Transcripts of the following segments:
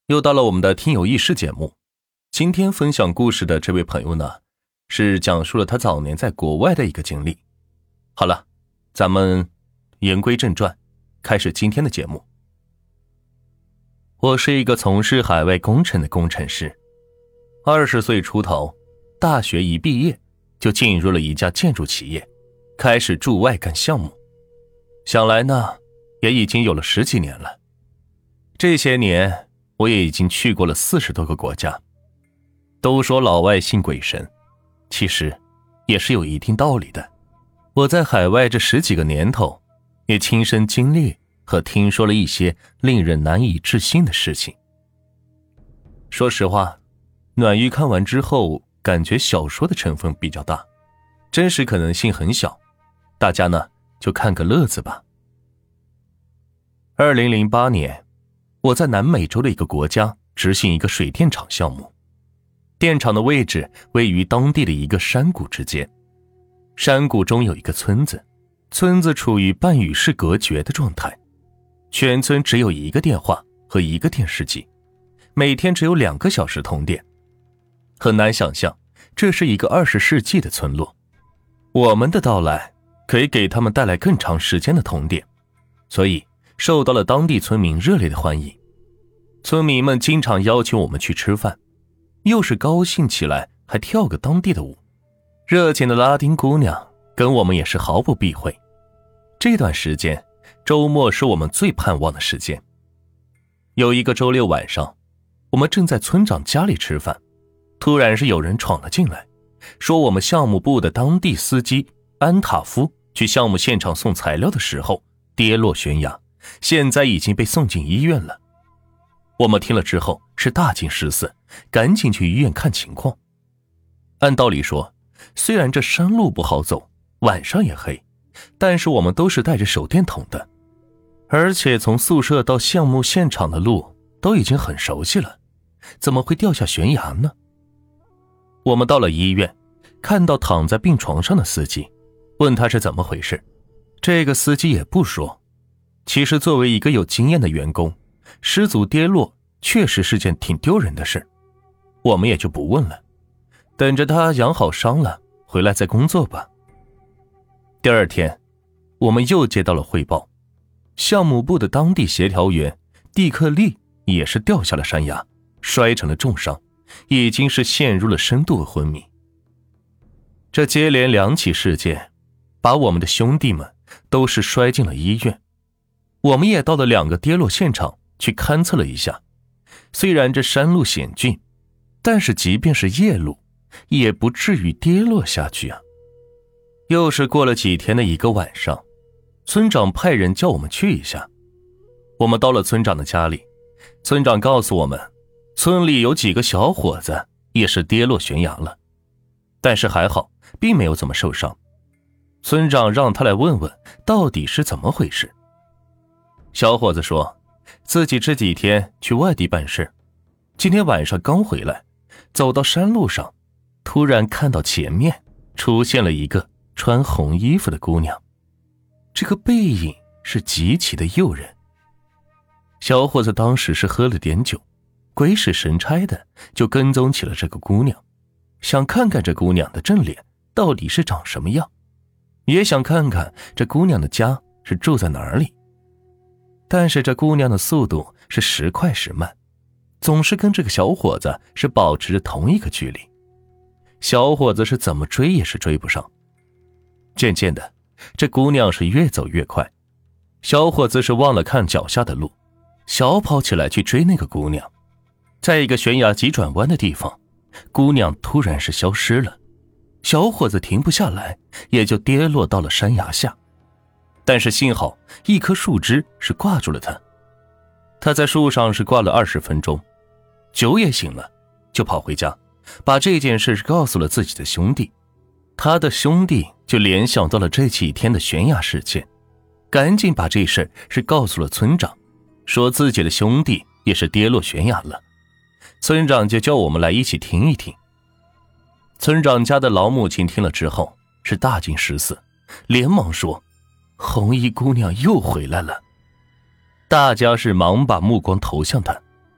又到了我们的听友轶事节目。今天分享故事的这位朋友呢，是讲述了他早年在国外的一个经历。好了，咱们言归正传，开始今天的节目。我是一个从事海外工程的工程师，20岁出头，大学一毕业就进入了一家建筑企业，开始驻外干项目。想来呢，也已经有了10几年了。这些年我也已经去过了40多个国家。都说老外信鬼神，其实也是有一定道理的。我在海外这10几个年头，也亲身经历和听说了一些令人难以置信的事情。说实话，暖玉看完之后感觉小说的成分比较大，真实可能性很小，大家呢就看个乐子吧。2008年，我在南美洲的一个国家执行一个水电厂项目。电厂的位置位于当地的一个山谷之间，山谷中有一个村子，村子处于半与世隔绝的状态，全村只有一个电话和一个电视机，每天只有2个小时通电。很难想象，这是一个20世纪的村落。我们的到来可以给他们带来更长时间的通电，所以受到了当地村民热烈的欢迎。村民们经常邀请我们去吃饭，又是高兴起来还跳个当地的舞。热情的拉丁姑娘跟我们也是毫不避讳。这段时间，周末是我们最盼望的时间。有一个周六晚上，我们正在村长家里吃饭，突然是有人闯了进来，说我们项目部的当地司机安塔夫去项目现场送材料的时候跌落悬崖，现在已经被送进医院了。我们听了之后是大惊失色，赶紧去医院看情况。按道理说，虽然这山路不好走，晚上也黑，但是我们都是带着手电筒的，而且从宿舍到项目现场的路都已经很熟悉了，怎么会掉下悬崖呢？我们到了医院，看到躺在病床上的司机，问他是怎么回事。这个司机也不说，其实作为一个有经验的员工，失足跌落确实是件挺丢人的事，我们也就不问了，等着他养好伤了回来再工作吧。第二天，我们又接到了汇报，项目部的当地协调员蒂克利也是掉下了山崖，摔成了重伤，已经是陷入了深度昏迷。这接连2起事件，把我们的兄弟们都是摔进了医院。我们也到了2个跌落现场去勘测了一下，虽然这山路险峻，但是即便是夜路，也不至于跌落下去啊。又是过了几天的一个晚上，村长派人叫我们去一下。我们到了村长的家里，村长告诉我们，村里有几个小伙子也是跌落悬崖了，但是还好，并没有怎么受伤。村长让他来问问到底是怎么回事。小伙子说，自己这几天去外地办事，今天晚上刚回来，走到山路上，突然看到前面出现了一个穿红衣服的姑娘，这个背影是极其的诱人。小伙子当时是喝了点酒，鬼使神差的就跟踪起了这个姑娘，想看看这姑娘的正脸到底是长什么样，也想看看这姑娘的家是住在哪里。但是这姑娘的速度是时快时慢，总是跟这个小伙子是保持着同一个距离，小伙子是怎么追也是追不上。渐渐的，这姑娘是越走越快，小伙子是忘了看脚下的路，小跑起来去追那个姑娘。在一个悬崖急转弯的地方，姑娘突然是消失了，小伙子停不下来，也就跌落到了山崖下。但是幸好一棵树枝是挂住了他，他在树上是挂了20分钟，酒也醒了，就跑回家，把这件事告诉了自己的兄弟。他的兄弟就联想到了这几天的悬崖事件，赶紧把这事是告诉了村长，说自己的兄弟也是跌落悬崖了。村长就叫我们来一起听一听。村长家的老母亲听了之后是大惊失色，连忙说，红衣姑娘又回来了。大家是忙把目光投向她，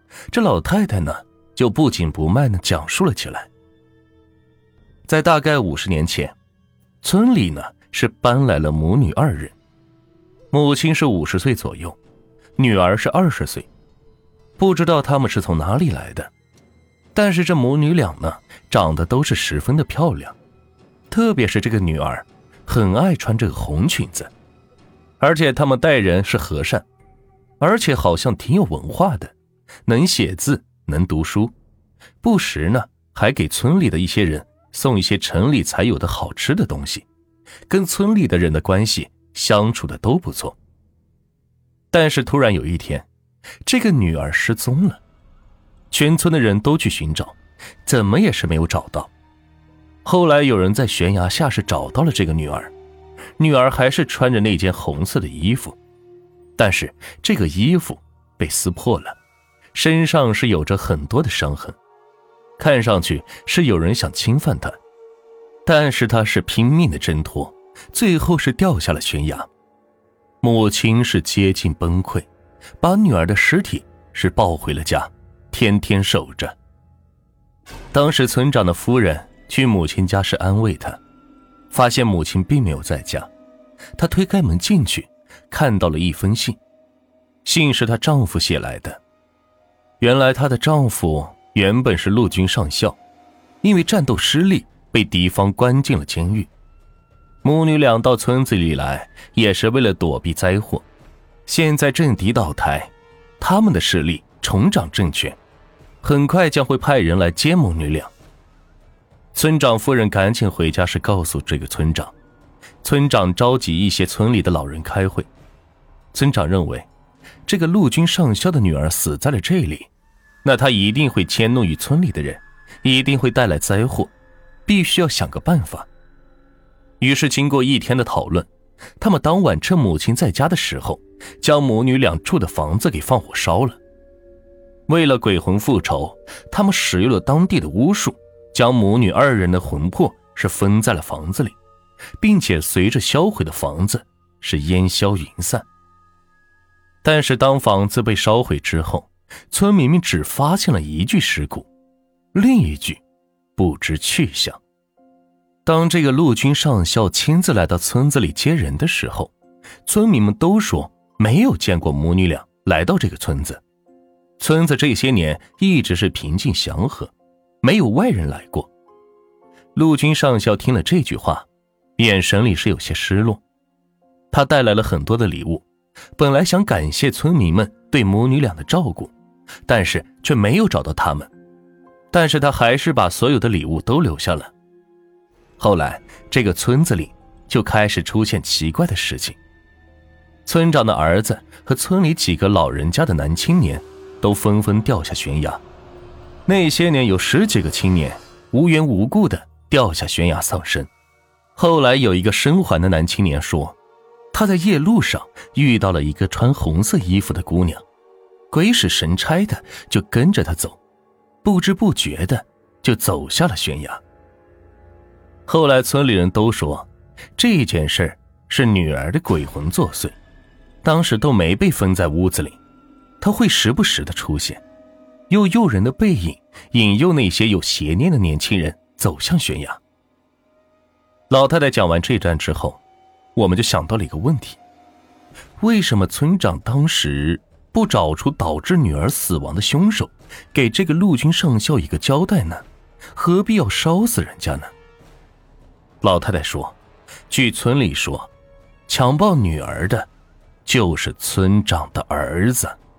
这老太太呢就不紧不慢地讲述了起来。在大概50年前，村里呢是搬来了母女2人，母亲是50岁左右，女儿是20岁。不知道他们是从哪里来的，但是这母女俩呢长得都是十分的漂亮，特别是这个女儿很爱穿这个红裙子，而且他们待人是和善，而且好像挺有文化的，能写字能读书，不时呢还给村里的一些人送一些城里才有的好吃的东西，跟村里的人的关系相处的都不错。但是突然有一天，这个女儿失踪了，全村的人都去寻找，怎么也是没有找到。后来有人在悬崖下是找到了这个女儿，女儿还是穿着那件红色的衣服，但是这个衣服被撕破了，身上是有着很多的伤痕，看上去是有人想侵犯她，但是她是拼命的挣脱，最后是掉下了悬崖。母亲是接近崩溃，把女儿的尸体是抱回了家，天天守着。当时村长的夫人去母亲家是安慰她，发现母亲并没有在家，她推开门进去，看到了一封信，信是她丈夫写来的。原来她的丈夫原本是陆军上校，因为战斗失利被敌方关进了监狱。母女俩到村子里来也是为了躲避灾祸，现在政敌倒台，他们的势力重掌政权，很快将会派人来接母女俩。村长夫人赶紧回家是告诉这个村长，村长召集一些村里的老人开会。村长认为这个陆军上校的女儿死在了这里，那他一定会迁怒于村里的人，一定会带来灾祸，必须要想个办法。于是经过1天的讨论，他们当晚趁母亲在家的时候，将母女俩住的房子给放火烧了。为了鬼魂复仇，他们使用了当地的巫术，将母女2人的魂魄是封在了房子里，并且随着销毁的房子是烟消云散。但是当房子被烧毁之后，村民们只发现了1具尸骨，另1具不知去向。当这个陆军上校亲自来到村子里接人的时候，村民们都说没有见过母女俩来到这个村子。村子这些年一直是平静祥和，没有外人来过。陆军上校听了这句话，眼神里是有些失落。他带来了很多的礼物，本来想感谢村民们对母女俩的照顾，但是却没有找到他们。但是他还是把所有的礼物都留下了。后来这个村子里就开始出现奇怪的事情，村长的儿子和村里几个老人家的男青年都纷纷掉下悬崖。那些年有10几个青年无缘无故的掉下悬崖丧生。后来有一个生还的男青年说，他在夜路上遇到了一个穿红色衣服的姑娘，鬼使神差的就跟着他走，不知不觉的就走下了悬崖。后来村里人都说这件事是女儿的鬼魂作祟，当时都没被封在屋子里，她会时不时的出现，用诱人的背影引诱那些有邪念的年轻人走向悬崖。老太太讲完这段之后，我们就想到了一个问题，为什么村长当时不找出导致女儿死亡的凶手，给这个陆军上校一个交代呢？何必要烧死人家呢？老太太说，据村里说，强暴女儿的就是村长的儿子。